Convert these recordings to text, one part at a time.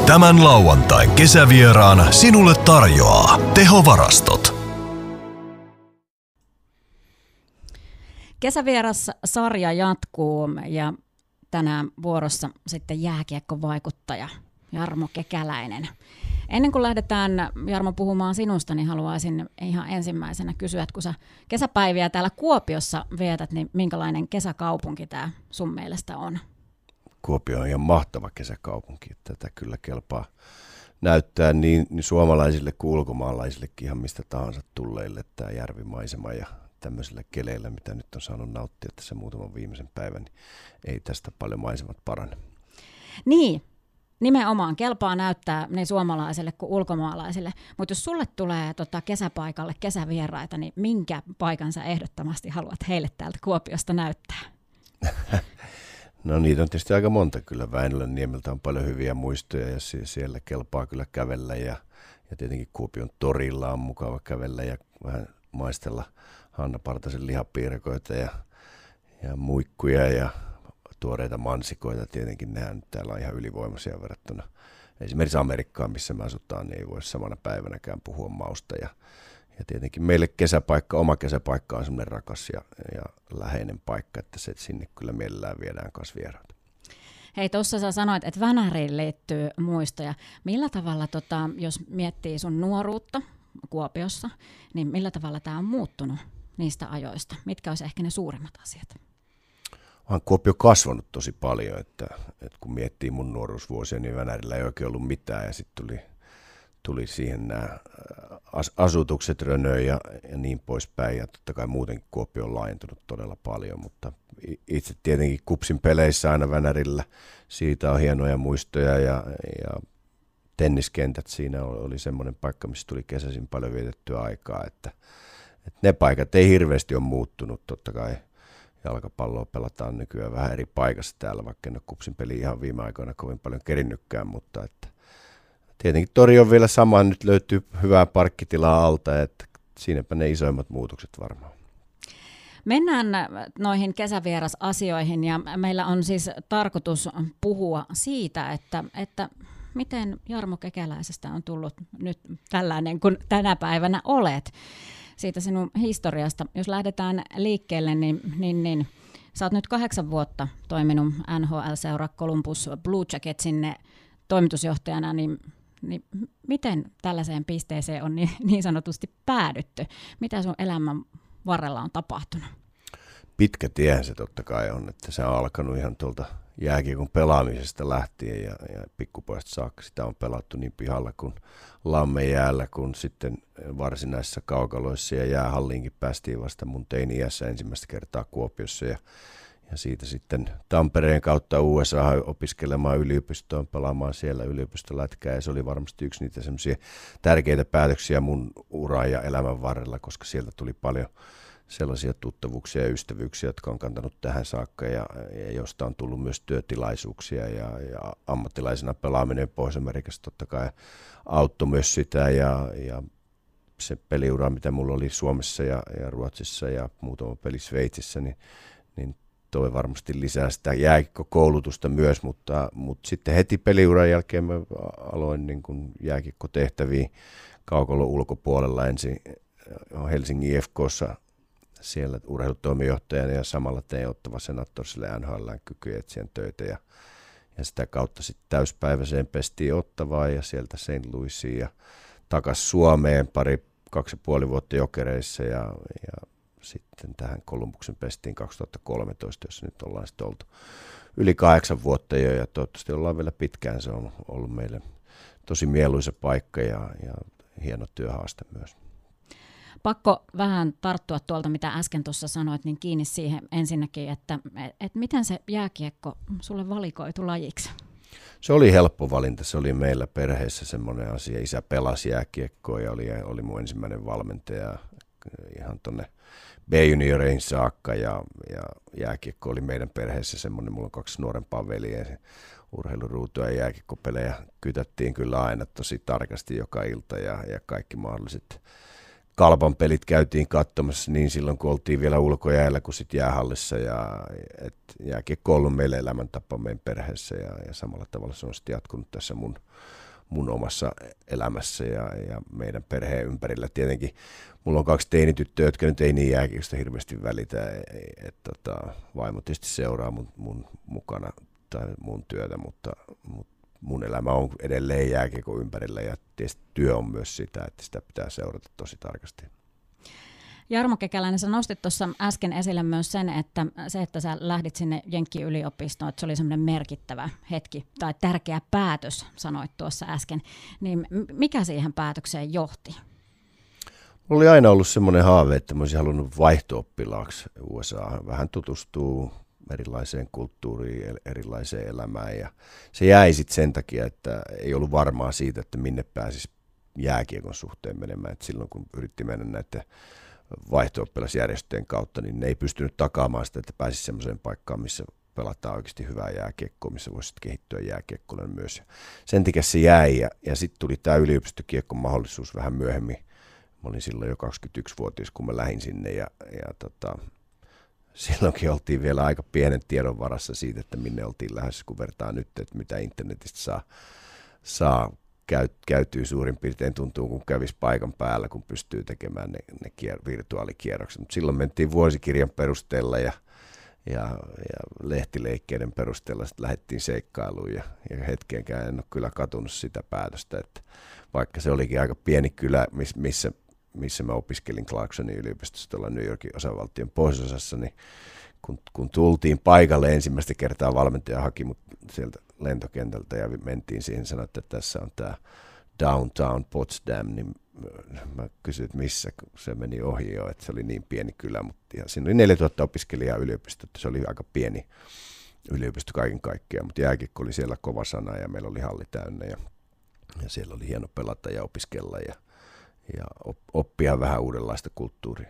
Tämän lauantain kesävieraan sinulle tarjoaa Tehovarastot. Kesävieras-sarja jatkuu ja tänään vuorossa sitten jääkiekkovaikuttaja Jarmo Kekäläinen. Ennen kuin lähdetään, Jarmo, puhumaan sinusta, niin haluaisin ihan ensimmäisenä kysyä, että kun sä kesäpäiviä täällä Kuopiossa vietät, niin minkälainen kesäkaupunki tämä sun mielestä on? Kuopio on ihan mahtava kesäkaupunki. Tätä kyllä kelpaa näyttää niin suomalaisille kuin ulkomaalaisillekin ihan mistä tahansa tulleille tämä järvimaisema ja tämmöisillä keleillä, mitä nyt on saanut nauttia tässä muutaman viimeisen päivän, niin ei tästä paljon maisemat parane. Niin, nimenomaan kelpaa näyttää niin suomalaisille kuin ulkomaalaisille, mutta jos sulle tulee kesäpaikalle kesävieraita, niin minkä paikan sä ehdottomasti haluat heille täältä Kuopiosta näyttää? No niitä on tietysti aika monta kyllä. Väinölänniemeltä on paljon hyviä muistoja ja siellä kelpaa kyllä kävellä ja tietenkin Kuopion torilla on mukava kävellä ja vähän maistella Hanna Partasen lihapiirakoita ja muikkuja ja tuoreita mansikoita. Tietenkin nehän täällä on ihan ylivoimaisia verrattuna esimerkiksi Amerikkaan, missä me asutaan, niin ei voi samana päivänäkään puhua mausta. Ja tietenkin meille oma kesäpaikka on semmoinen rakas ja läheinen paikka, että sinne kyllä mielellään viedään kanssa vieraat. Hei, tuossa sä sanoit, että Vänäriin liittyy muistoja. Millä tavalla, jos miettii sun nuoruutta Kuopiossa, niin millä tavalla tämä on muuttunut niistä ajoista? Mitkä olisi ehkä ne suurimmat asiat? On Kuopio kasvanut tosi paljon, että kun miettii mun nuoruusvuosia, niin Vänärillä ei oikein ollut mitään ja sitten tuli siihen nämä asutukset, Rönö ja niin poispäin. Ja totta kai muutenkin Kuopio on laajentunut todella paljon, mutta itse tietenkin Kupsin peleissä aina Vänärillä. Siitä on hienoja muistoja ja tenniskentät siinä oli semmoinen paikka, missä tuli kesäisin paljon vietettyä aikaa. Että ne paikat ei hirveästi ole muuttunut. Totta kai jalkapalloa pelataan nykyään vähän eri paikassa täällä, vaikka en ole Kupsin peli ihan viime aikoina kovin paljon kerinnytkään, mutta että tietenkin tori on vielä sama, nyt löytyy hyvää parkkitilaa alta, että siinäpä ne isoimmat muutokset varmaan. Mennään noihin kesävierasasioihin ja meillä on siis tarkoitus puhua siitä, että miten Jarmo Kekäläisestä on tullut nyt tällainen, kun tänä päivänä olet. Siitä sinun historiasta. Jos lähdetään liikkeelle, niin sä oot nyt 8 vuotta toiminut NHL-seura Columbus Blue Jacketsin toimitusjohtajana, niin miten tällaiseen pisteeseen on niin sanotusti päädytty? Mitä sun elämän varrella on tapahtunut? Pitkä tiehän se totta kai on, että se on alkanut ihan tuolta jääkiekon pelaamisesta lähtien ja pikkupojasta saakka. Sitä on pelattu niin pihalla kuin Lammejäällä, kun sitten varsinaisissa kaukaloissa ja jäähalliinkin päästiin vasta mun teini-iässä ensimmäistä kertaa Kuopiossa ja siitä sitten Tampereen kautta USA opiskelemaan yliopistoon, pelaamaan siellä yliopistolätkää ja se oli varmasti yksi niitä semmoisia tärkeitä päätöksiä mun uran ja elämän varrella, koska sieltä tuli paljon sellaisia tuttavuuksia ja ystävyyksiä, jotka on kantanut tähän saakka ja josta on tullut myös työtilaisuuksia ja ammattilaisena pelaaminen Pohjois-Amerikassa totta kai auttoi myös sitä ja se peliura, mitä mulla oli Suomessa ja Ruotsissa ja muutama peli Sveitsissä, niin toi varmasti lisää sitä jääkiekkokoulutusta myös, mutta sitten heti peliuran jälkeen mä aloin niin kuin jääkiekkotehtäviä kaukalon ulkopuolella ensin Helsingin IFK:ssa siellä urheilutoimijohtajana ja samalla tein Ottava Senatorsille NHL:n kykyetsien töitä ja sitä kautta sitten täyspäiväiseen pestiin Ottavaan ja sieltä St. Louisiin ja takaisin Suomeen 2,5 vuotta Jokereissa ja sitten tähän Columbuksen pestiin 2013, jossa nyt ollaan sitten oltu yli 8 vuotta jo ja toivottavasti ollaan vielä pitkään. Se on ollut meille tosi mieluisa paikka ja hieno työhaaste myös. Pakko vähän tarttua tuolta, mitä äsken tuossa sanoit, niin kiinni siihen ensinnäkin, että miten se jääkiekko sulle valikoitu lajiksi? Se oli helppo valinta. Se oli meillä perheessä semmoinen asia. Isä pelasi jääkiekkoa ja oli mun ensimmäinen valmentaja ihan tuonne B-junioreihin saakka ja jääkiekko oli meidän perheessä semmoinen. Mulla on 2 nuorempaa veljeä. Urheiluruutuja ja jääkiekkopelejä kytättiin kyllä aina tosi tarkasti joka ilta ja kaikki mahdolliset Kalpan pelit käytiin katsomassa niin silloin, kun oltiin vielä ulkojäällä kuin sitten jäähallissa. Jääkiekko on ollut meille elämäntapa meidän perheessä ja samalla tavalla se on sitten jatkunut tässä mun omassa elämässä ja meidän perheen ympärillä. Tietenkin mulla on 2 teinityttöä, jotka nyt ei niin jääkiekosta hirveästi välitä. Vaimo tietysti seuraa mun mukana tai mun työtä, mutta mun elämä on edelleen jääkiekon ympärillä ja tietysti työ on myös sitä, että sitä pitää seurata tosi tarkasti. Jarmo Kekäläinen, sä nostit tuossa äsken esille myös sen, että sä lähdit sinne Jenkki-yliopistoon, että se oli semmoinen merkittävä hetki tai tärkeä päätös, sanoit tuossa äsken. Niin mikä siihen päätökseen johti? Mulla oli aina ollut semmoinen haave, että mä olisin halunnut vaihto-oppilaaksi USA:han, vähän tutustua erilaiseen kulttuuriin, erilaiseen elämään ja se jäi sitten sen takia, että ei ollut varmaa siitä, että minne pääsisi jääkiekon suhteen menemään. Et silloin kun yritti mennä näiden vaihto-oppilasjärjestöjen kautta, niin ne ei pystynyt takaamaan sitä, että pääsisi semmoiseen paikkaan, missä pelataan oikeasti hyvää jääkiekkoa, missä voisi kehittyä jääkiekkoille myös. Sen takia se jäi ja sitten tuli tämä yliopistokiekkon mahdollisuus vähän myöhemmin. Mä olin silloin jo 21-vuotias, kun mä lähdin sinne ja silloinkin oltiin vielä aika pienen tiedon varassa siitä, että minne oltiin lähdössä, kun vertaa nyt, että mitä internetistä saa käytyy suurin piirtein tuntuu, kun kävisi paikan päällä, kun pystyy tekemään ne virtuaalikierrokset. Mutta silloin mentiin vuosikirjan perusteella ja lehtileikkeiden perusteella sitten lähdettiin seikkailuun ja hetkenkään en ole kyllä katunut sitä päätöstä, että vaikka se olikin aika pieni kylä, missä mä opiskelin Clarksonin yliopistossa tuolla New Yorkin osavaltion pohjoisosassa, niin kun tultiin paikalle ensimmäistä kertaa, valmentaja haki mut sieltä lentokentältä ja mentiin siihen, sanoi, että tässä on tämä Downtown Potsdam, niin mä kysyin, että missä, kun se meni ohi jo, että se oli niin pieni kylä, mutta siinä oli 4000 opiskelijaa yliopisto, että se oli aika pieni yliopisto kaiken kaikkiaan, mutta jääkiekko oli siellä kova sana ja meillä oli halli täynnä ja siellä oli hieno pelata ja opiskella ja oppia vähän uudenlaista kulttuuria.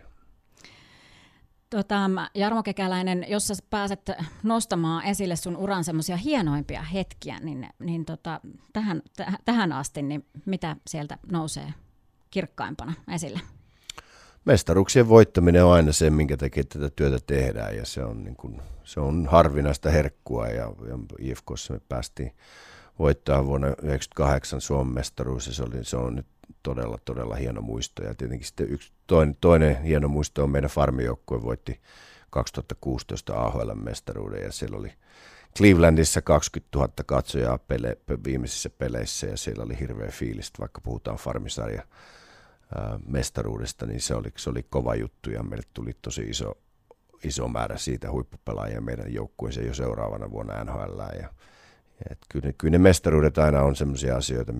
Jarmo Kekäläinen, jos sä pääset nostamaan esille sun uran semmoisia hienoimpia hetkiä, niin tähän asti, niin mitä sieltä nousee kirkkaimpana esille? Mestaruuksien voittaminen on aina se, minkä takia tätä työtä tehdään ja se on harvinaista herkkua ja IFK:ssa me päästiin voittaa vuonna 1998 Suomen mestaruus ja se on nyt todella hieno muisto. Ja tietenkin sitten toinen hieno muisto on meidän farmijoukkue voitti 2016 AHL-mestaruuden ja siellä oli Clevelandissa 20 000 katsojaa viimeisissä peleissä ja siellä oli hirveä fiilis, vaikka puhutaan farmisarja mestaruudesta, niin se oli kova juttu ja meille tuli tosi iso määrä siitä huippupelaajia meidän joukkueeseen jo seuraavana vuonna NHL. Kyllä ne mestaruudet aina on sellaisia asioita,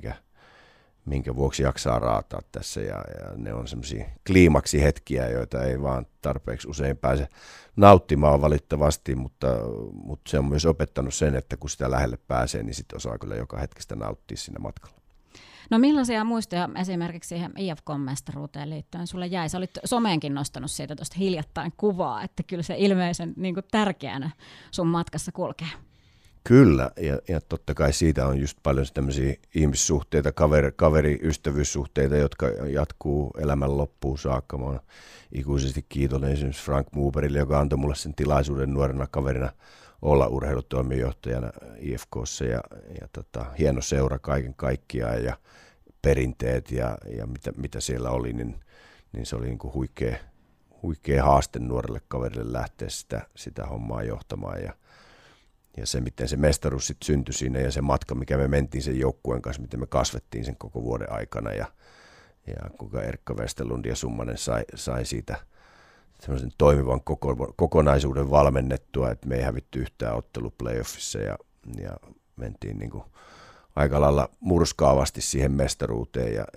minkä vuoksi jaksaa raataa tässä ja ne on semmoisia kliimaksihetkiä, joita ei vaan tarpeeksi usein pääse nauttimaan valitettavasti, mutta se on myös opettanut sen, että kun sitä lähelle pääsee, niin sitten osaa kyllä joka hetkestä nauttia siinä matkalla. No millaisia muistoja esimerkiksi siihen IFK-mestaruuteen liittyen sulle jäi? Sä olit someenkin nostanut siitä tuosta hiljattain kuvaa, että kyllä se ilmeisen niin kuin tärkeänä sun matkassa kulkee. Kyllä, ja totta kai siitä on just paljon tämmöisiä ihmissuhteita, kaveri-ystävyyssuhteita, jotka jatkuu elämän loppuun saakka. Mä oon ikuisesti kiitollinen esimerkiksi Frank Muberille, joka antoi mulle sen tilaisuuden nuorena kaverina olla urheilutoimenjohtajana IFK:ssa ja hieno seura kaiken kaikkiaan ja perinteet ja mitä siellä oli, niin se oli niin kuin huikea haaste nuorelle kaverille lähteä sitä hommaa johtamaan ja se, miten se mestaruus sitten syntyi siinä ja se matka, mikä me mentiin sen joukkueen kanssa, miten me kasvettiin sen koko vuoden aikana ja kuinka Erkka Westerlund ja Summanen sai siitä semmoisen toimivan kokonaisuuden valmennettua, että me ei hävitty yhtään ottelu playoffissa ja mentiin niin kuin aika lailla murskaavasti siihen mestaruuteen ja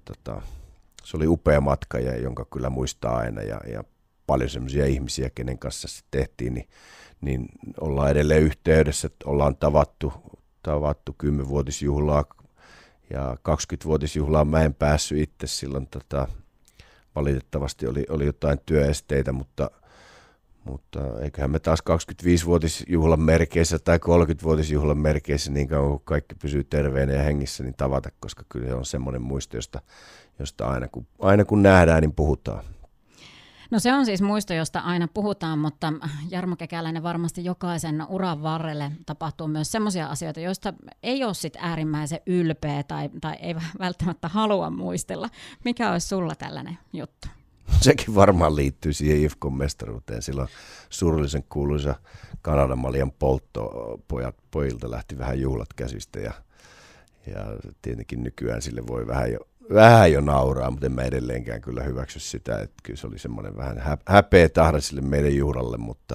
se oli upea matka, jonka kyllä muistaa aina ja paljon semmoisia ihmisiä, kenen kanssa se tehtiin, niin ollaan edelleen yhteydessä, että ollaan tavattu 10-vuotisjuhlaa ja 20-vuotisjuhlaa mä en päässyt itse silloin valitettavasti oli jotain työesteitä, mutta Mutta eiköhän me taas 25-vuotisjuhlan merkeissä tai 30-vuotisjuhlan merkeissä niin kauan kun kaikki pysyy terveenä ja hengissä, niin tavata, koska kyllä se on semmoinen muisto, josta aina kun nähdään, niin puhutaan. No se on siis muisto, josta aina puhutaan, mutta Jarmo Kekäläinen, varmasti jokaisen uran varrelle tapahtuu myös semmoisia asioita, joista ei ole sit äärimmäisen ylpeä tai ei välttämättä halua muistella. Mikä olisi sulla tällainen juttu? Sekin varmaan liittyy siihen IFK:n mestaruuteen. Silloin surullisen kuuluisa Kanadan maljan poltto pojilta lähti vähän juhlat käsistä ja tietenkin nykyään sille voi vähän jo nauraa, mutta en mä edelleenkään kyllä hyväksy sitä, että kyllä se oli semmoinen vähän häpeä tahra sille meidän juhlalle, mutta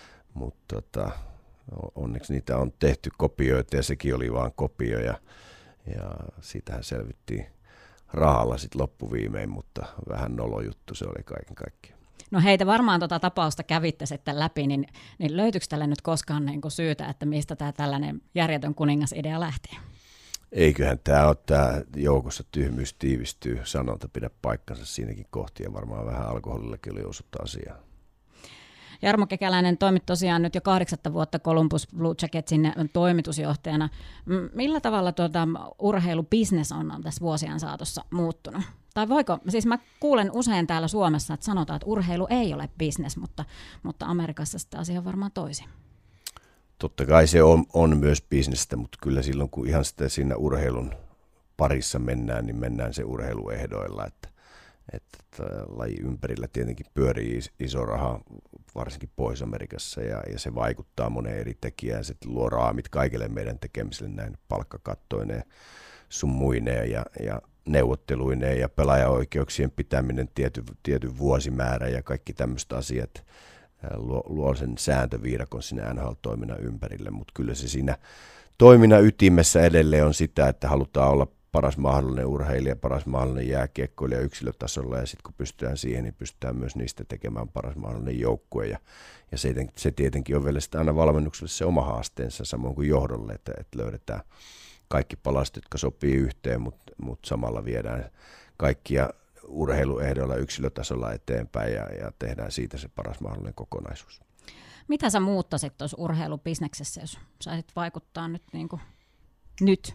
onneksi niitä on tehty kopioita ja sekin oli vaan kopio ja siitähän selvittiin rahalla sitten loppuviimein, mutta vähän nolojuttu se oli kaiken kaikkiaan. No heitä varmaan tapausta kävitte sitten läpi, niin löytyykö tälle nyt koskaan niin kuin syytä, että mistä tämä tällainen järjetön kuningasidea lähti? Eiköhän tämä ole tämä joukossa tyhmyys tiivistyy sanonta pidä paikkansa siinäkin kohti ja varmaan vähän alkoholillakin oli osuutta asiaa. Jarmo Kekäläinen toimit tosiaan nyt jo 8 vuotta Columbus Blue Jacketsin toimitusjohtajana. Millä tavalla urheilubisnes on tässä vuosien saatossa muuttunut? Tai siis mä kuulen usein täällä Suomessa, että sanotaan, että urheilu ei ole business, mutta Amerikassa sitä asia on varmaan toisin. Totta kai se on myös bisnestä, mutta kyllä silloin kun ihan sitä siinä urheilun parissa mennään, niin mennään se urheiluehdoilla, että laji ympärillä tietenkin pyörii iso raha, varsinkin Pohjois-Amerikassa, ja se vaikuttaa moneen eri tekijään. Se luo raamit kaikille meidän tekemiselle näin palkkakattoineen, sun muineen ja neuvotteluineen ja pelaajaoikeuksien pitäminen tietyn vuosimäärä ja kaikki tämmöiset asiat luo sen sääntöviidakon sinne NHL-toiminnan ympärille, mutta kyllä se siinä toiminnan ytimessä edelleen on sitä, että halutaan olla paras mahdollinen urheilija, paras mahdollinen jääkiekkoilija yksilötasolla, ja sitten kun pystytään siihen, niin pystytään myös niistä tekemään paras mahdollinen joukkue, ja se tietenkin on vielä sitä aina valmennukselle se oma haasteensa, samoin kuin johdolle, että löydetään kaikki palastot, jotka sopii yhteen, mutta samalla viedään kaikkia urheiluehdoilla yksilötasolla eteenpäin, ja tehdään siitä se paras mahdollinen kokonaisuus. Mitä sä muuttaisit tuossa urheilubisneksessä, jos saisit vaikuttaa nyt?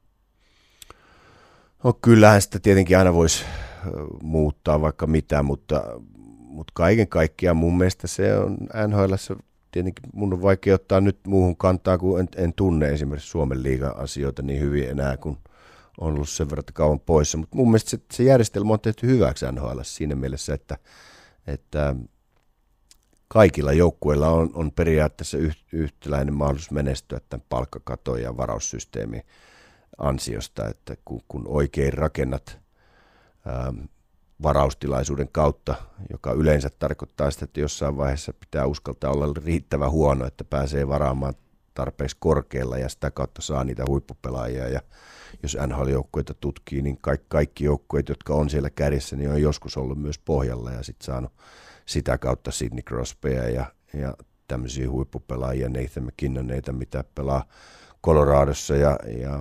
No kyllähän sitä tietenkin aina voisi muuttaa vaikka mitä, mutta kaiken kaikkiaan mun mielestä se on NHL:ssä tietenkin mun on vaikea ottaa nyt muuhun kantaa, kun en tunne esimerkiksi Suomen liigan asioita niin hyvin enää, kun on ollut sen verran kauan poissa, mutta mun mielestä se järjestelmä on tehty hyväksi NHL:ssä siinä mielessä, että kaikilla joukkueilla on periaatteessa yhtäläinen mahdollisuus menestyä tämän palkkakaton ja varaussysteemin ansiosta, että kun oikein rakennat varaustilaisuuden kautta, joka yleensä tarkoittaa sitä, että jossain vaiheessa pitää uskaltaa olla riittävän huono, että pääsee varaamaan tarpeeksi korkealla ja sitä kautta saa niitä huippupelaajia. Ja jos NHL-joukkueita tutkii, niin kaikki joukkueet, jotka on siellä kärjessä, niin on joskus ollut myös pohjalla ja sitten saanut sitä kautta Sidney Crosbya ja tämmöisiä huippupelaajia, Nathan McKinnoneita, mitä pelaa Coloradossa ja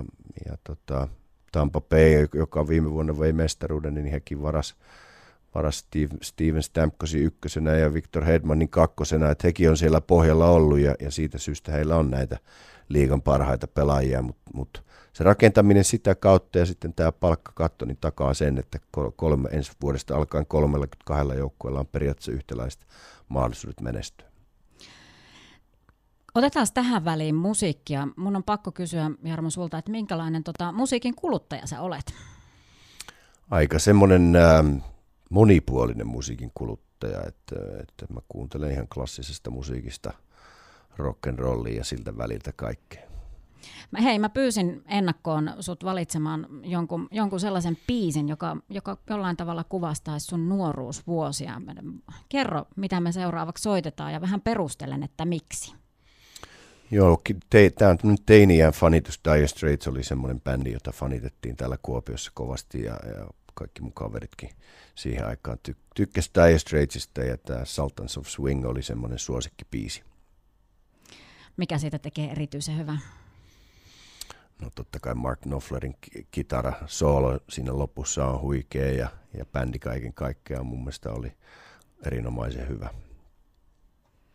Tampa Bay, joka viime vuonna vei mestaruuden, niin hekin varas Steven Stamkosin ykkösenä ja Victor Hedmanin kakkosena, että hekin on siellä pohjalla ollut ja siitä syystä heillä on näitä liigan parhaita pelaajia, mutta se rakentaminen sitä kautta ja sitten tämä palkkakatto niin takaa sen, että ensi vuodesta alkaen 32 joukkueella on periaatteessa yhtäläiset mahdollisuudet menestyä. Otetaan tähän väliin musiikkia. Mun on pakko kysyä, Jarmo, sulta, että minkälainen musiikin kuluttaja sä olet? Aika semmoinen monipuolinen musiikin kuluttaja, että mä kuuntelen ihan klassisesta musiikista rock'n'rollia ja siltä väliltä kaikkea. Mä pyysin ennakkoon sut valitsemaan jonkun sellaisen biisin, joka jollain tavalla kuvastaisi sun nuoruusvuosia. Kerro, mitä me seuraavaksi soitetaan ja vähän perustelen, että miksi. Joo, tämä on teiniään fanitus. Dire Straits oli semmoinen bändi, jota fanitettiin täällä Kuopiossa kovasti ja kaikki mun kaveritkin siihen aikaan tykkäsi Dire Straitsista ja tämä Sultans of Swing oli semmoinen suosikkibiisi. Mikä siitä tekee erityisen hyvän? No totta kai Mark Knopflerin kitara soolo siinä lopussa on huikea ja bändi kaiken kaikkiaan mun mielestä oli erinomaisen hyvä.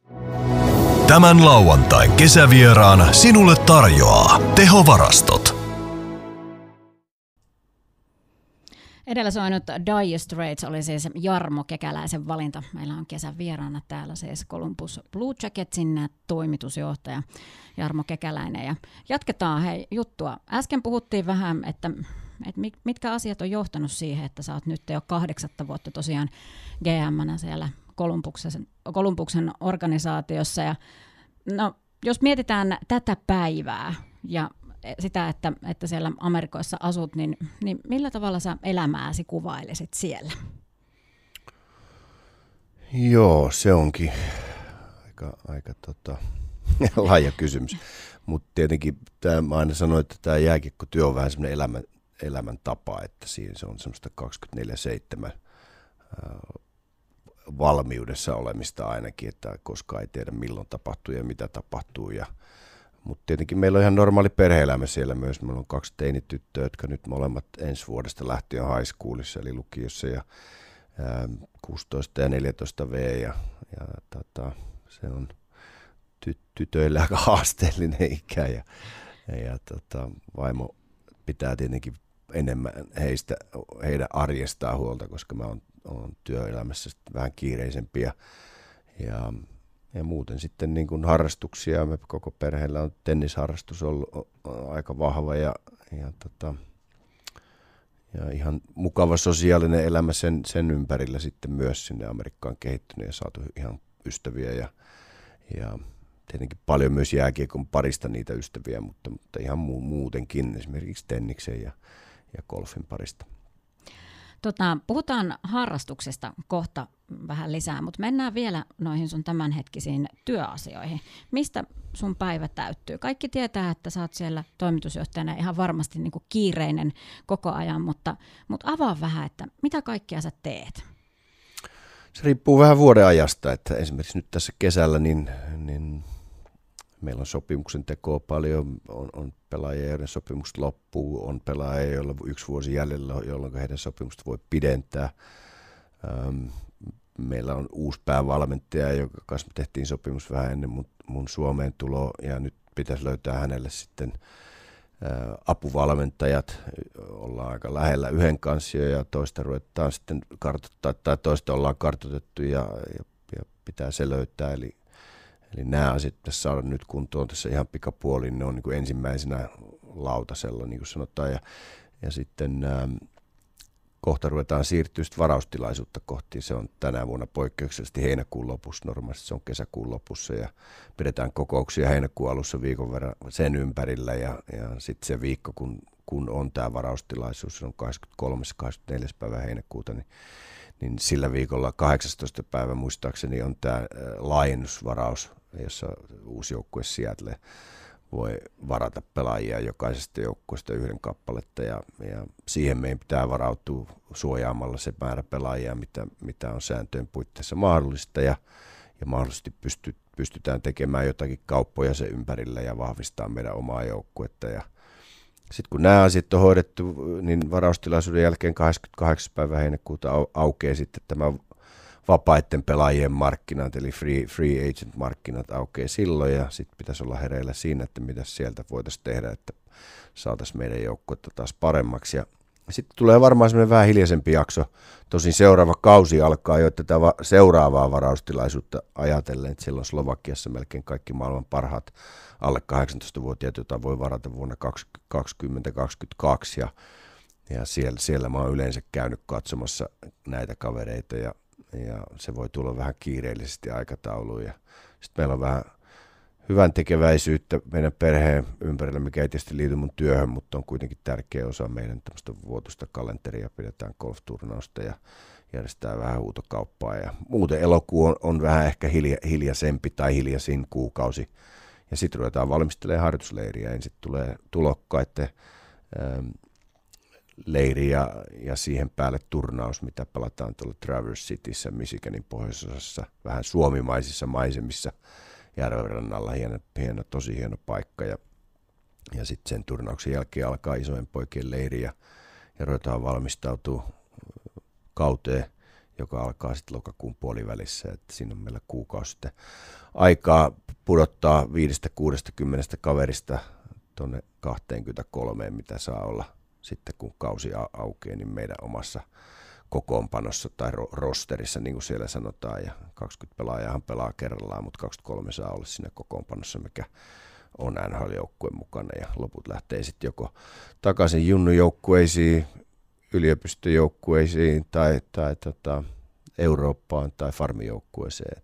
Tämän lauantain kesävieraan sinulle tarjoaa Tehovarastot. Edellä soinut Dire Straits oli siis Jarmo Kekäläisen valinta. Meillä on kesän vieraana täällä siis Columbus Blue Jacketsin toimitusjohtaja Jarmo Kekäläinen. Ja jatketaan juttua. Äsken puhuttiin vähän, että mitkä asiat on johtanut siihen, että sä oot nyt jo 8 vuotta tosiaan GM:nä siellä Columbuksen organisaatiossa. Ja no, jos mietitään tätä päivää ja sitä, että siellä Amerikoissa asut, niin millä tavalla sä elämääsi kuvailisit siellä? Joo, se onkin aika laaja kysymys. Mutta tietenkin mä aina sanoin, että tämä jääkiekkotyö on vähän semmoinen elämäntapa, että siinä se on semmoista 24/7 valmiudessa olemista ainakin, että koskaan ei tiedä milloin tapahtuu ja mitä tapahtuu. Mutta tietenkin meillä on ihan normaali perhe-elämä siellä myös. Meillä on 2 teinityttöä, jotka nyt molemmat ensi vuodesta lähtien high schoolissa eli lukiossa ja 16 ja 14 V ja se on tytöillä aika haasteellinen ikä ja vaimo pitää tietenkin enemmän heidän arjestaan huolta, koska mä oon työelämässä vähän kiireisempi ja muuten sitten niin kuin harrastuksia, me koko perheellä on tennisharrastus ollut aika vahva ja ihan mukava sosiaalinen elämä sen ympärillä sitten myös sinne Amerikkaan kehittynyt ja saatu ihan ystäviä ja tietenkin paljon myös jääkiekon parista niitä ystäviä, mutta ihan muutenkin esimerkiksi tenniksen ja golfin parista. Puhutaan harrastuksesta kohta vähän lisää, mutta mennään vielä noihin sun tämänhetkisiin työasioihin. Mistä sun päivä täyttyy? Kaikki tietää, että sä oot siellä toimitusjohtajana ihan varmasti niin kuin kiireinen koko ajan, mutta avaa vähän, että mitä kaikkea sä teet? Se riippuu vähän vuoden ajasta, että esimerkiksi nyt tässä kesällä niin meillä on sopimuksen tekoa paljon, on pelaajia, joiden sopimukset loppuu, on pelaajia, joilla on 1 vuosi jäljellä, jolloin heidän sopimukset voi pidentää. Meillä on uusi päävalmentaja, joka kanssa tehtiin sopimus vähän ennen mun Suomeen tuloa, ja nyt pitäisi löytää hänelle sitten apuvalmentajat. Ollaan aika lähellä yhden kanssa ja toista ruvetaan sitten kartoittaa, tai toista ollaan kartoitettu ja pitää se löytää. Eli nämä asiat pitäisi saada nyt kuntoon tässä ihan pikapuoliin. Ne on niin kuin ensimmäisenä lautasella, niin kuin sanotaan. Ja sitten kohta ruvetaan siirtyä varaustilaisuutta kohti. Se on tänä vuonna poikkeuksellisesti heinäkuun lopussa. Normaalisti se on kesäkuun lopussa. Ja pidetään kokouksia heinäkuun alussa viikon verran sen ympärillä. Ja sitten se viikko, kun on tämä varaustilaisuus, se on 23.–24. päivä heinäkuuta, niin sillä viikolla 18. päivä muistaakseni on tämä laajennusvaraus, jossa uusi joukkue Seattle voi varata pelaajia jokaisesta joukkueesta 1 kappaletta ja siihen meidän pitää varautua suojaamalla se määrä pelaajia, mitä on sääntöjen puitteissa mahdollista ja mahdollisesti pystytään tekemään jotakin kauppoja sen ympärillä ja vahvistaa meidän omaa joukkuetta. Ja sitten kun nämä asiat on hoidettu, niin varaustilaisuuden jälkeen 28. päivä heinäkuuta aukeaa sitten tämä vapaiden pelaajien markkinat, eli free agent markkinat aukeaa silloin, ja sitten pitäisi olla hereillä siinä, että mitä sieltä voitaisiin tehdä, että saataisiin meidän joukkuetta taas paremmaksi. Ja sitten tulee varmaan semmoinen vähän hiljaisempi jakso. Tosin seuraava kausi alkaa jo tätä seuraavaa varaustilaisuutta ajatellen, että silloin Slovakiassa melkein kaikki maailman parhaat alle 18-vuotiaat, jota voi varata vuonna 2022, ja siellä mä oon yleensä käynyt katsomassa näitä kavereita, ja se voi tulla vähän kiireellisesti aikatauluun. Ja sitten meillä on vähän hyvän tekeväisyyttä meidän perheen ympärillä, mikä ei tietysti liity mun työhön, mutta on kuitenkin tärkeä osa meidän tämmöistä vuotuista kalenteria. Pidetään golf-turnausta ja järjestetään vähän huutokauppaa. Ja muuten elokuu on vähän ehkä hiljaisempi tai hiljaisin kuukausi. Ja sitten ruvetaan valmistelemaan harjoitusleiriä. Ensin tulee tulokkaiden leiri ja siihen päälle turnaus, mitä pelataan tuolla Traverse Cityssä, Michiganin pohjoisosassa, vähän suomimaisissa maisemissa järvenrannalla. Tosi hieno paikka. Ja sitten sen turnauksen jälkeen alkaa isojen poikien leiri ja ruvetaan valmistautua kauteen. joka alkaa sitten lokakuun puolivälissä. Että siinä on meillä kuukausi sitten aikaa pudottaa 5-60 kaverista tuonne 23, mitä saa olla sitten kun kausi aukeaa, niin meidän omassa kokoonpanossa tai rosterissa, niin kuin siellä sanotaan, ja 20 pelaajaahan pelaa kerrallaan, mutta 23 saa olla siinä kokoonpanossa, mikä on NHL-joukkueen mukana, ja loput lähtee sitten joko takaisin junnujoukkueisiin, yliopistojoukkueisiin tai Eurooppaan tai farmijoukkueeseen.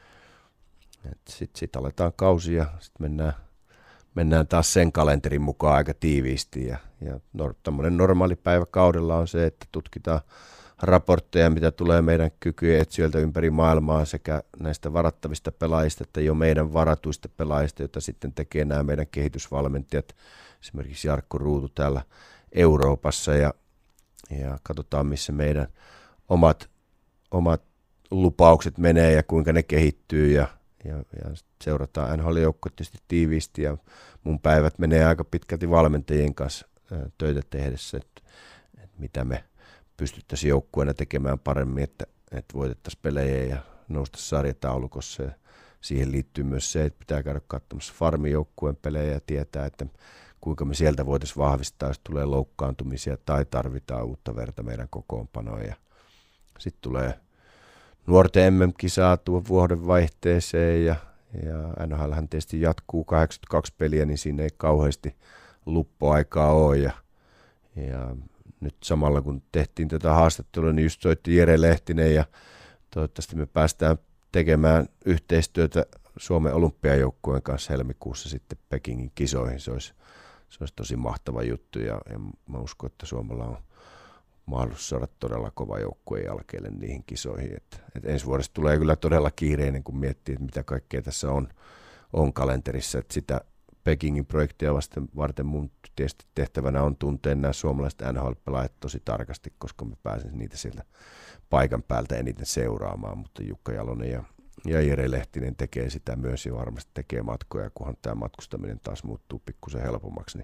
Sitten aletaan kausi ja sitten mennään taas sen kalenterin mukaan aika tiiviisti. Ja tämmöinen normaali päivä kaudella on se, että tutkitaan raportteja, mitä tulee meidän kykyjen etsijöiltä ympäri maailmaa sekä näistä varattavista pelaajista että jo meidän varatuista pelaajista, joita sitten tekee nämä meidän kehitysvalmentajat, esimerkiksi Jarkko Ruutu täällä Euroopassa ja katsotaan, missä meidän omat lupaukset menee ja kuinka ne kehittyy ja seurataan NHL-joukkoa tietysti tiiviisti ja mun päivät menee aika pitkälti valmentajien kanssa töitä tehdessä, että mitä me pystyttäisiin joukkueena tekemään paremmin, että voitettaisiin pelejä ja nousta sarjataulukossa. Ja siihen liittyy myös se, että pitää käydä katsomassa farmijoukkueen pelejä ja tietää, että kuinka me sieltä voitaisiin vahvistaa, jos tulee loukkaantumisia tai tarvitaan uutta verta meidän kokoonpanoon. Sitten tulee nuorten MM-kisaa tuon vuoden vaihteeseen ja NHL:hän tietysti jatkuu 82 peliä, niin siinä ei kauheasti luppuaikaa ole. Ja nyt samalla kun tehtiin tätä haastattelua, niin just soitti Jere Lehtinen ja toivottavasti me päästään tekemään yhteistyötä Suomen olympiajoukkueen kanssa helmikuussa sitten Pekingin kisoihin. Se olisi tosi mahtava juttu ja mä uskon, että Suomella on mahdollisuus saada todella kova joukkueen jälkeelle niihin kisoihin. Et ensi vuodesta tulee kyllä todella kiireinen, kun miettii, että mitä kaikkea tässä on kalenterissa. Et sitä Pekingin projektia varten mun tietysti tehtävänä on tuntea nämä suomalaiset NHL-pelaajat tosi tarkasti, koska mä pääsen niitä sieltä paikan päältä eniten seuraamaan, mutta Jukka Jalonen ja Jere Lehtinen tekee sitä myös ja varmasti tekee matkoja, kunhan tämä matkustaminen taas muuttuu pikkusen helpommaksi.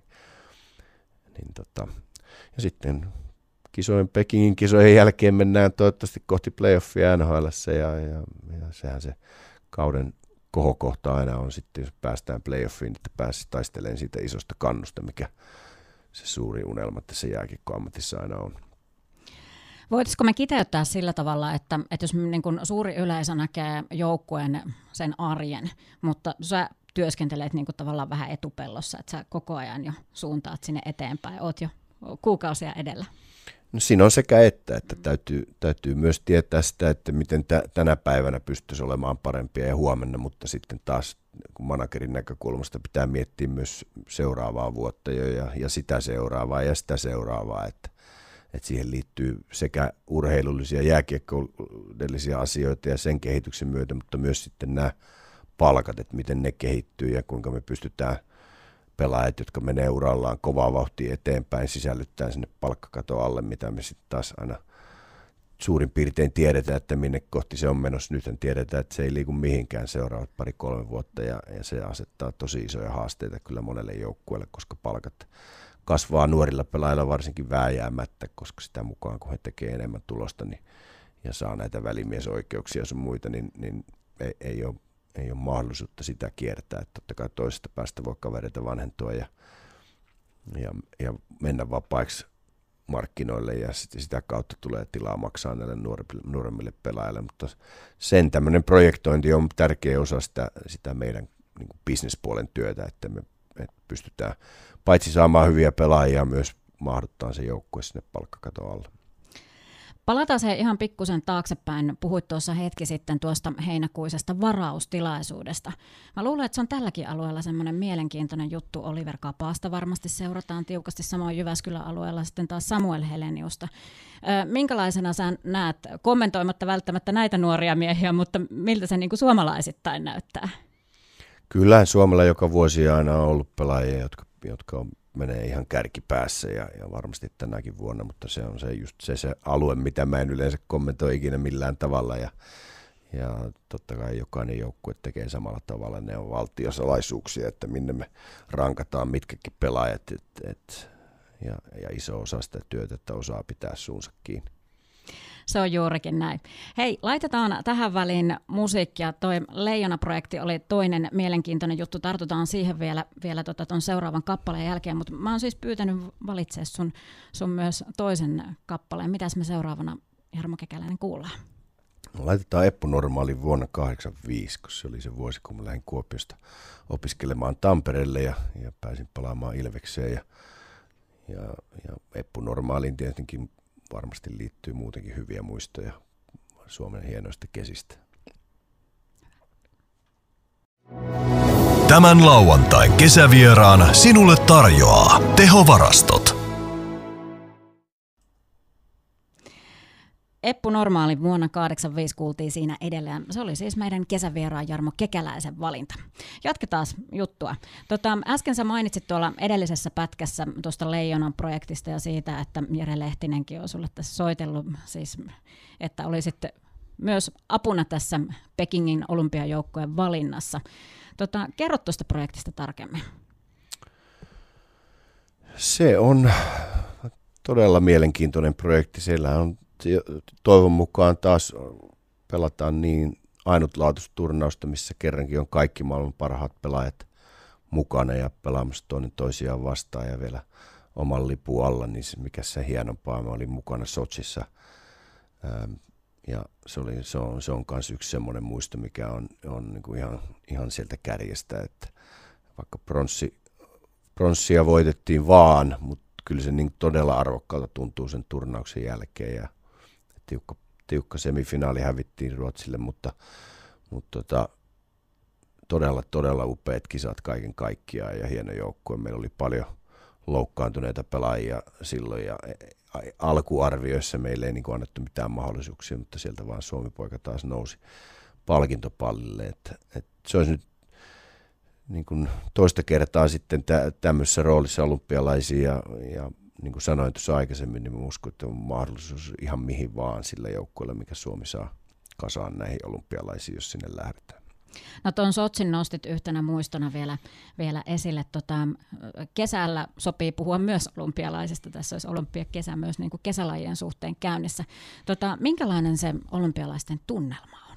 Ja sitten Pekingin kisojen jälkeen mennään toivottavasti kohti playoffia NHL:ssä ja sehän se kauden kohokohta aina on sitten, jos päästään playoffiin, että pääsisi taistelemaan siitä isosta kannusta, mikä se suuri unelma tässä jääkiekkoammatissa aina on. Voitaisiko me kiteyttää sillä tavalla, että jos niin kun suuri yleisö näkee joukkueen sen arjen, mutta sä työskentelet niin kun tavallaan vähän etupellossa, että sä koko ajan jo suuntaat sinne eteenpäin, oot jo kuukausia edellä? No siinä on sekä että täytyy myös tietää sitä, että miten tänä päivänä pystyisi olemaan parempia ja huomenna, mutta sitten taas kun managerin näkökulmasta pitää miettiä myös seuraavaa vuotta ja sitä seuraavaa, että siihen liittyy sekä urheilullisia jääkiekkoudellisia asioita ja sen kehityksen myötä, mutta myös sitten nämä palkat, että miten ne kehittyy ja kuinka me pystytään pelaajat, jotka menee urallaan kovaa vauhtia eteenpäin, sisällyttää sinne palkkakaton alle, mitä me sitten taas aina suurin piirtein tiedetään, että minne kohti se on menossa. Nythän tiedetään, että se ei liiku mihinkään seuraavat 2-3 vuotta ja se asettaa tosi isoja haasteita kyllä monelle joukkueelle, koska palkat kasvaa nuorilla pelaajilla varsinkin vääjäämättä, koska sitä mukaan kun he tekee enemmän tulosta ja saa näitä välimiesoikeuksia ja sun muita, niin ei ole mahdollisuutta sitä kiertää. Että totta kai toisesta päästä voi kavereita vanhentua ja mennä vapaiksi markkinoille ja sitä kautta tulee tilaa maksaa näille nuoremmille pelaajille, mutta sen tämmöinen projektointi on tärkeä osa sitä meidän niin kuin bisnespuolen työtä, että me pystytään paitsi saamaan hyviä pelaajia, myös mahduttaa se joukkue sinne palkkakaton alle. Palataan se ihan pikkusen taaksepäin. Puhuit tuossa hetki sitten tuosta heinäkuisesta varaustilaisuudesta. Mä luulen, että se on tälläkin alueella semmoinen mielenkiintoinen juttu. Oliver Kapaasta varmasti seurataan tiukasti, samoin Jyväskylän alueella sitten taas Samuel Heleniusta. Minkälaisena sä näet, kommentoimatta välttämättä näitä nuoria miehiä, mutta miltä se niin kuin suomalaisittain näyttää? Kyllä Suomella joka vuosi aina on ollut pelaajia, jotka menee ihan kärkipäässä ja varmasti tänäkin vuonna, mutta se on se alue, mitä mä en yleensä kommentoi ikinä millään tavalla ja totta kai jokainen joukkue tekee samalla tavalla, ne on valtiosalaisuuksia, että minne me rankataan mitkäkin pelaajat ja iso osa sitä työtä, että osaa pitää suunsa kiinni. Se on juurikin näin. Hei, laitetaan tähän väliin musiikkia. Toi Leijona-projekti oli toinen mielenkiintoinen juttu. Tartutaan siihen vielä ton seuraavan kappaleen jälkeen, mutta mä oon siis pyytänyt valitsemaan sun myös toisen kappaleen. Mitäs me seuraavana, Jarmo Kekäläinen, kuullaan? Laitetaan Eppu Normaalin vuonna 1985, koska se oli se vuosi, kun mä lähdin Kuopiosta opiskelemaan Tampereelle ja pääsin palaamaan Ilvekseen. Ja Eppu Normaaliin tietenkin varmasti liittyy muutenkin hyviä muistoja Suomen hienoista kesistä. Tämän lauantain kesävieraan sinulle tarjoaa Tehovarastot. Eppu Normaali vuonna 1985 kuultiin siinä edelleen. Se oli siis meidän kesävieraan Jarmo Kekäläisen valinta. Jatketaan juttua. Äsken sä mainitsit tuolla edellisessä pätkässä tuosta Leijonan projektista ja siitä, että Jere Lehtinenkin on sulle tässä soitellut, siis, että olisit myös apuna tässä Pekingin olympiajoukkueen valinnassa. Kerro tuosta projektista tarkemmin. Se on todella mielenkiintoinen projekti. Siellä on toivon mukaan taas pelataan niin ainutlaatuista turnausta, missä kerrankin on kaikki maailman parhaat pelaajat mukana ja pelaamassa toinen toisiaan vastaan ja vielä oman lipun alla, niin mikä se hienompaa. Mä olin mukana Sotsissa ja se on myös yksi semmoinen muisto, mikä on niin kuin ihan sieltä kärjestä, että vaikka pronssia voitettiin vaan, mutta kyllä se niin todella arvokkaalta tuntuu sen turnauksen jälkeen ja tiukka semifinaali hävittiin Ruotsille, mutta todella upeat kisat kaiken kaikkiaan ja hieno joukkue. Meillä oli paljon loukkaantuneita pelaajia silloin ja alkuarvioissa meille ei niin kuin annettu mitään mahdollisuuksia, mutta sieltä vaan Suomi-poika taas nousi palkintopallille. Se olisi nyt niin kuin toista kertaa sitten tämmöisessä roolissa olympialaisia ja niin kuin sanoin tuossa aikaisemmin, niin mä uskon, että on mahdollisuus ihan mihin vaan sillä joukkueella, mikä Suomi saa kasaan näihin olympialaisiin, jos sinne lähdetään. No tuon Sotsin nostit yhtenä muistona vielä esille. Kesällä sopii puhua myös olympialaisista. Tässä olisi olympiakesä myös niin kuin kesälajien suhteen käynnissä. Minkälainen se olympialaisten tunnelma on?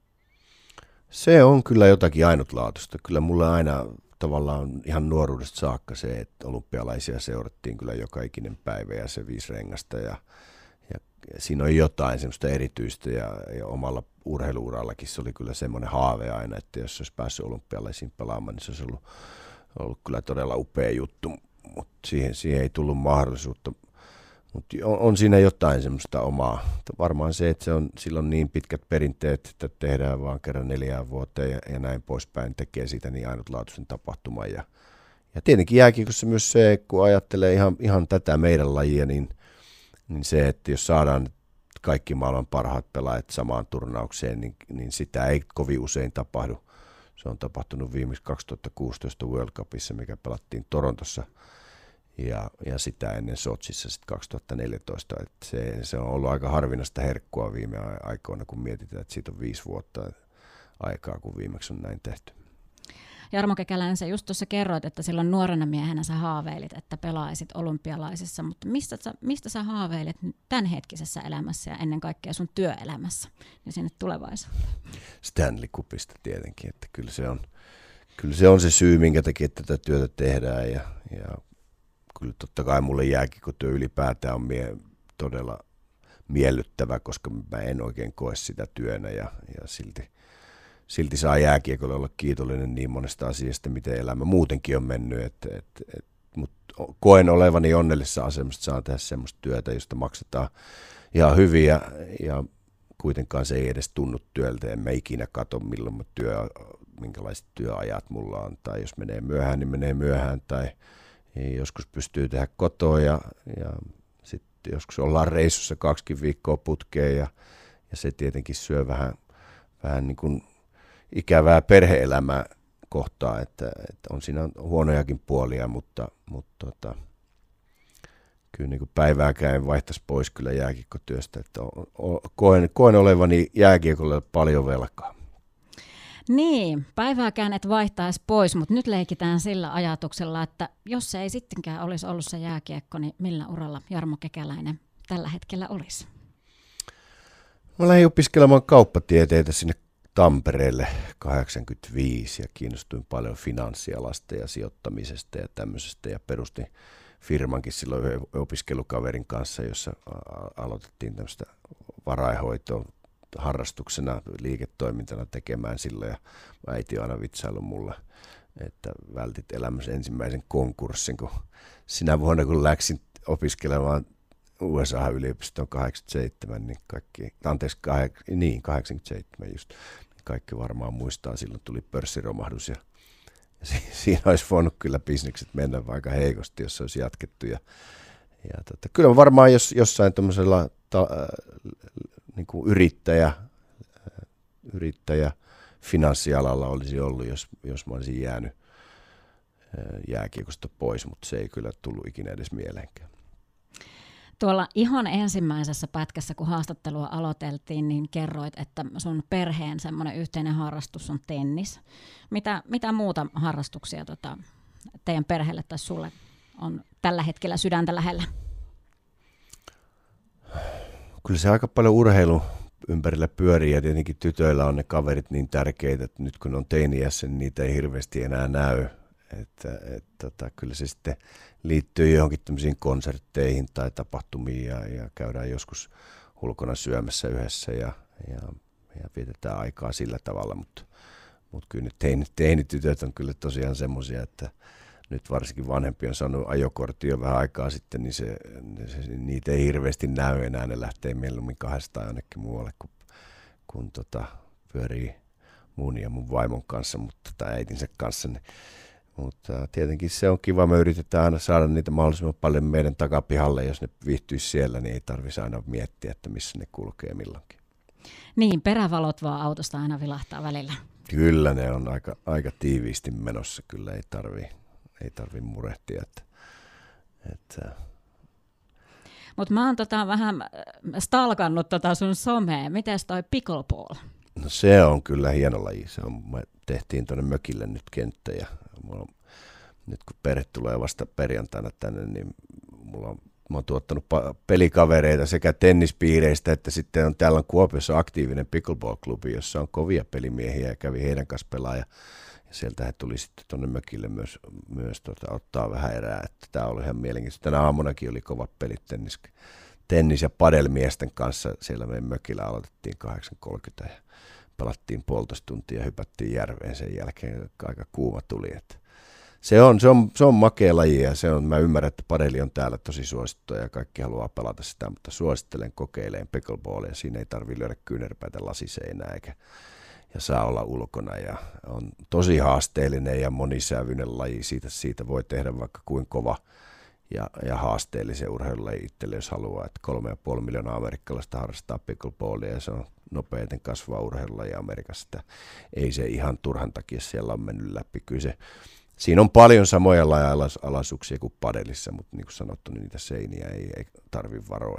Se on kyllä jotakin ainutlaatuista. Kyllä mulle aina tavallaan ihan nuoruudesta saakka se, että olympialaisia seurattiin kyllä joka ikinen päivä ja se 5 rengasta ja siinä on jotain semmoista erityistä ja omalla urheiluurallakin se oli kyllä semmoinen haave aina, että jos olisi päässyt olympialaisiin pelaamaan, niin se olisi ollut kyllä todella upea juttu, mutta siihen ei tullut mahdollisuutta. Mutta on siinä jotain semmoista omaa. Varmaan se, että silloin niin pitkät perinteet, että tehdään vaan kerran 4 vuoteen ja näin poispäin, tekee siitä niin ainutlaatuisen tapahtuman. Ja tietenkin jääkiekossa myös se, kun ajattelee ihan tätä meidän lajia, niin se, että jos saadaan kaikki maailman parhaat pelaajat samaan turnaukseen, niin sitä ei kovin usein tapahdu. Se on tapahtunut viimeksi 2016 World Cupissa, mikä pelattiin Torontossa. Ja sitä ennen Sotsissa sitten 2014. Että se on ollut aika harvinaista herkkua viime aikoina, kun mietitään, että siitä on 5 vuotta aikaa, kun viimeksi on näin tehty. Jarmo Kekäläinen, sä just tuossa kerroit, että silloin nuorena miehenä sä haaveilit, että pelaisit olympialaisissa, mutta mistä sä haaveilit tämänhetkisessä elämässä ja ennen kaikkea sun työelämässä ja sinne tulevaisuuteen? Stanley Cupista tietenkin, että kyllä se on se syy, minkä takia tätä työtä tehdään ja kyllä totta kai mulle jääkiekkotyö ylipäätään on todella miellyttävä, koska mä en oikein koe sitä työnä ja silti saa jääkiekolle olla kiitollinen niin monesta asiasta, miten elämä muutenkin on mennyt. Mutta koen olevani onnellisessa asemassa, saan tehdä semmoista työtä, josta maksetaan ihan hyvin ja kuitenkaan se ei edes tunnu työltä. En mä ikinä katso, minkälaiset työajat mulla on. Tai jos menee myöhään, niin menee myöhään. Tai joskus pystyy tehdä kotoa ja sitten joskus ollaan reissussa 2 viikkoa putkeen ja se tietenkin syö vähän niin kuin ikävää perhe-elämää kohtaa, että on siinä huonojakin puolia, mutta kyllä niin kuin päivääkään en vaihtaisi pois kyllä jääkiekkotyöstä, että koen olevani jääkiekolle paljon velkaa. Niin, päivääkään et vaihtaisi pois, mutta nyt leikitään sillä ajatuksella, että jos se ei sittenkään olisi ollut se jääkiekko, niin millä uralla Jarmo Kekäläinen tällä hetkellä olisi? Mä lähdin opiskelemaan kauppatieteitä sinne Tampereelle 85 ja kiinnostuin paljon finanssialasta ja sijoittamisesta ja tämmöisestä ja perustin firmankin silloin opiskelukaverin kanssa, jossa aloitettiin tämmöistä varainhoitoa harrastuksena, liiketoimintana tekemään silloin ja äiti on aina vitsaillut mulle, että vältit elämässä ensimmäisen konkurssin, kun sinä vuonna kun läksin opiskelemaan USA-yliopistoon 87, niin 87 just, niin kaikki varmaan muistaa, silloin tuli pörssiromahdus ja siinä olisi voinut kyllä bisnekset mennä aika heikosti, jos se olisi jatkettu. Kyllä varmaan jossain tämmöisellä niin kuin yrittäjä finanssialalla olisi ollut, jos mä olisin jäänyt jääkiekosta pois, mutta se ei kyllä tullut ikinä edes mieleenkään. Tuolla ihan ensimmäisessä pätkässä, kun haastattelua aloiteltiin, niin kerroit, että sun perheen semmoinen yhteinen harrastus on tennis. Mitä muuta harrastuksia teidän perheelle tai sulle on tällä hetkellä sydäntä lähellä? Kyllä se aika paljon urheilu ympärillä pyörii ja tietenkin tytöillä on ne kaverit niin tärkeitä, että nyt kun on teiniässä, niin niitä ei hirveästi enää näy. Kyllä se sitten liittyy johonkin tämmöisiin konsertteihin tai tapahtumiin ja käydään joskus ulkona syömässä yhdessä ja vietetään aikaa sillä tavalla, mutta kyllä ne teinitytöt on kyllä tosiaan semmoisia, että nyt varsinkin vanhempi on saanut ajokortti jo vähän aikaa sitten, niin niitä ei hirveästi näy enää, ne lähtee mieluummin kahdestaan jonnekin muualle, kun pyörii mun ja mun vaimon kanssa, tai äitinsä kanssa. Mutta tietenkin se on kiva, me yritetään aina saada niitä mahdollisimman paljon meidän takapihalle, jos ne viihtyisi siellä, niin ei tarvitsisi aina miettiä, että missä ne kulkee milloinkin. Niin, perävalot vaan autosta aina vilahtaa välillä. Kyllä, ne on aika tiiviisti menossa, kyllä ei tarvii murehtia. Mutta mä oon vähän stalkannut sun somea. Mites toi pickleball? No se on kyllä hieno laji. Me tehtiin tuonne mökille nyt kenttä ja nyt kun perhe tulee vasta perjantaina tänne, niin mä oon tuottanut pelikavereita sekä tennispiireistä, että sitten täällä on Kuopiossa aktiivinen pickleball-klubi, jossa on kovia pelimiehiä ja kävi heidän kanssa pelaa. Ja sieltä he tuli sitten tuonne mökille myös ottaa vähän erää. Että tämä oli ihan mielenkiintoista. Tänä aamunakin oli kovat pelit tennis- ja padelmiesten kanssa. Siellä meidän mökillä aloitettiin 8.30 ja pelattiin 1,5 tuntia ja hypättiin järveen sen jälkeen. Aika kuuma tuli. Että se on makea laji ja mä ymmärrän, että padeli on täällä tosi suosittua ja kaikki haluaa pelata sitä, mutta suosittelen kokeileen pickleballia. Siinä ei tarvitse lyödä kyynärpäitä lasiseinää ja saa olla ulkona ja on tosi haasteellinen ja monisävyinen laji. Siitä voi tehdä vaikka kuin kova ja haasteellisen urheilulaji itselle, jos haluaa. Että 3,5 miljoonaa amerikkalaista harrastaa pickleballia ja se on nopeiten kasvava urheilulaji Amerikassa. Ei se ihan turhan takia siellä on mennyt läpi. Kyllä siinä on paljon samoja laja-alaisuuksia kuin padelissa, mutta niin kuin sanottu, niin niitä seiniä ei tarvitse varoa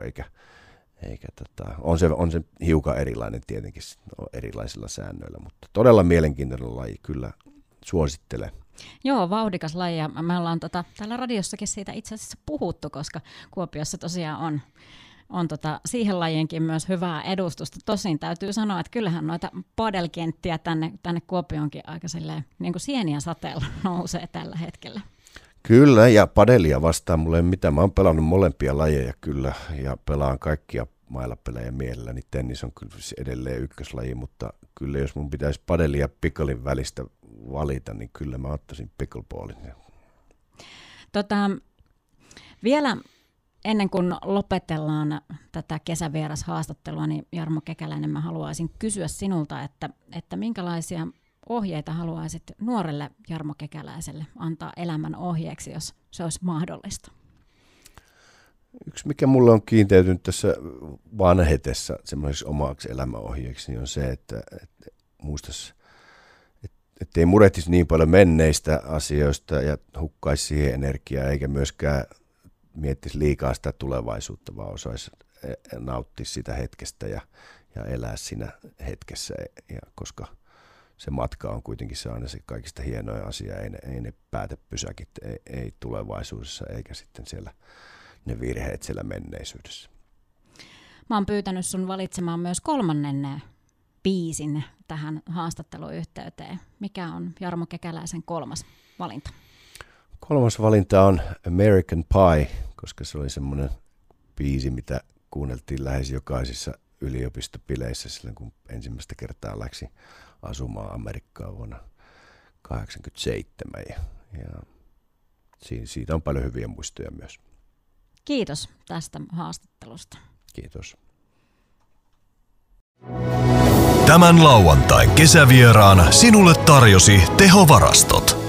on se hiukan erilainen tietenkin erilaisilla säännöillä, mutta todella mielenkiintoinen laji, kyllä suosittelen. Joo, vauhdikas laji ja me ollaan täällä radiossakin siitä itse asiassa puhuttu, koska Kuopiossa tosiaan on siihen lajiinkin myös hyvää edustusta. Tosin täytyy sanoa, että kyllähän noita padelkenttiä tänne Kuopioonkin aika silleen, niin kuin sieniä sateella nousee tällä hetkellä. Kyllä, ja padelia vastaan mulle ei mitään. Mä oon pelannut molempia lajeja kyllä, ja pelaan kaikkia mailapelejä mielelläni. Tennis on kyllä edelleen ykköslaji, mutta kyllä jos mun pitäisi padelin ja picklin välistä valita, niin kyllä mä ottaisin pickleballin. Vielä ennen kuin lopetellaan tätä kesävierashaastattelua, niin Jarmo Kekäläinen, mä haluaisin kysyä sinulta, että minkälaisia ohjeita haluaisit nuorelle Jarmo Kekäläiselle antaa elämän ohjeeksi, jos se olisi mahdollista? Yksi, mikä mulle on kiinteytynyt tässä vanhetessa semmoiseksi omaksi elämänohjeeksi, niin on se, että muistaisi, ettei murehtisi niin paljon menneistä asioista ja hukkaisi siihen energiaa, eikä myöskään miettisi liikaa sitä tulevaisuutta, vaan osaisi nauttia sitä hetkestä ja elää siinä hetkessä, koska se matka on kuitenkin se aina se kaikista hienoin asia, ei ne päätepysäkit, ei tulevaisuudessa eikä sitten siellä ne virheet siellä menneisyydessä. mä oon pyytänyt sun valitsemaan myös 3. biisin tähän haastatteluyhteyteen. Mikä on Jarmo Kekäläisen 3. valinta? 3. valinta on American Pie, koska se oli semmoinen biisi, mitä kuunneltiin lähes jokaisissa yliopistopileissä silloin, kun ensimmäistä kertaa läksi asumaan Amerikkaan vuonna 1987. Ja siitä on paljon hyviä muistoja myös. Kiitos tästä haastattelusta. Kiitos. Tämän lauantain kesävieraan sinulle tarjosi Tehovarastot.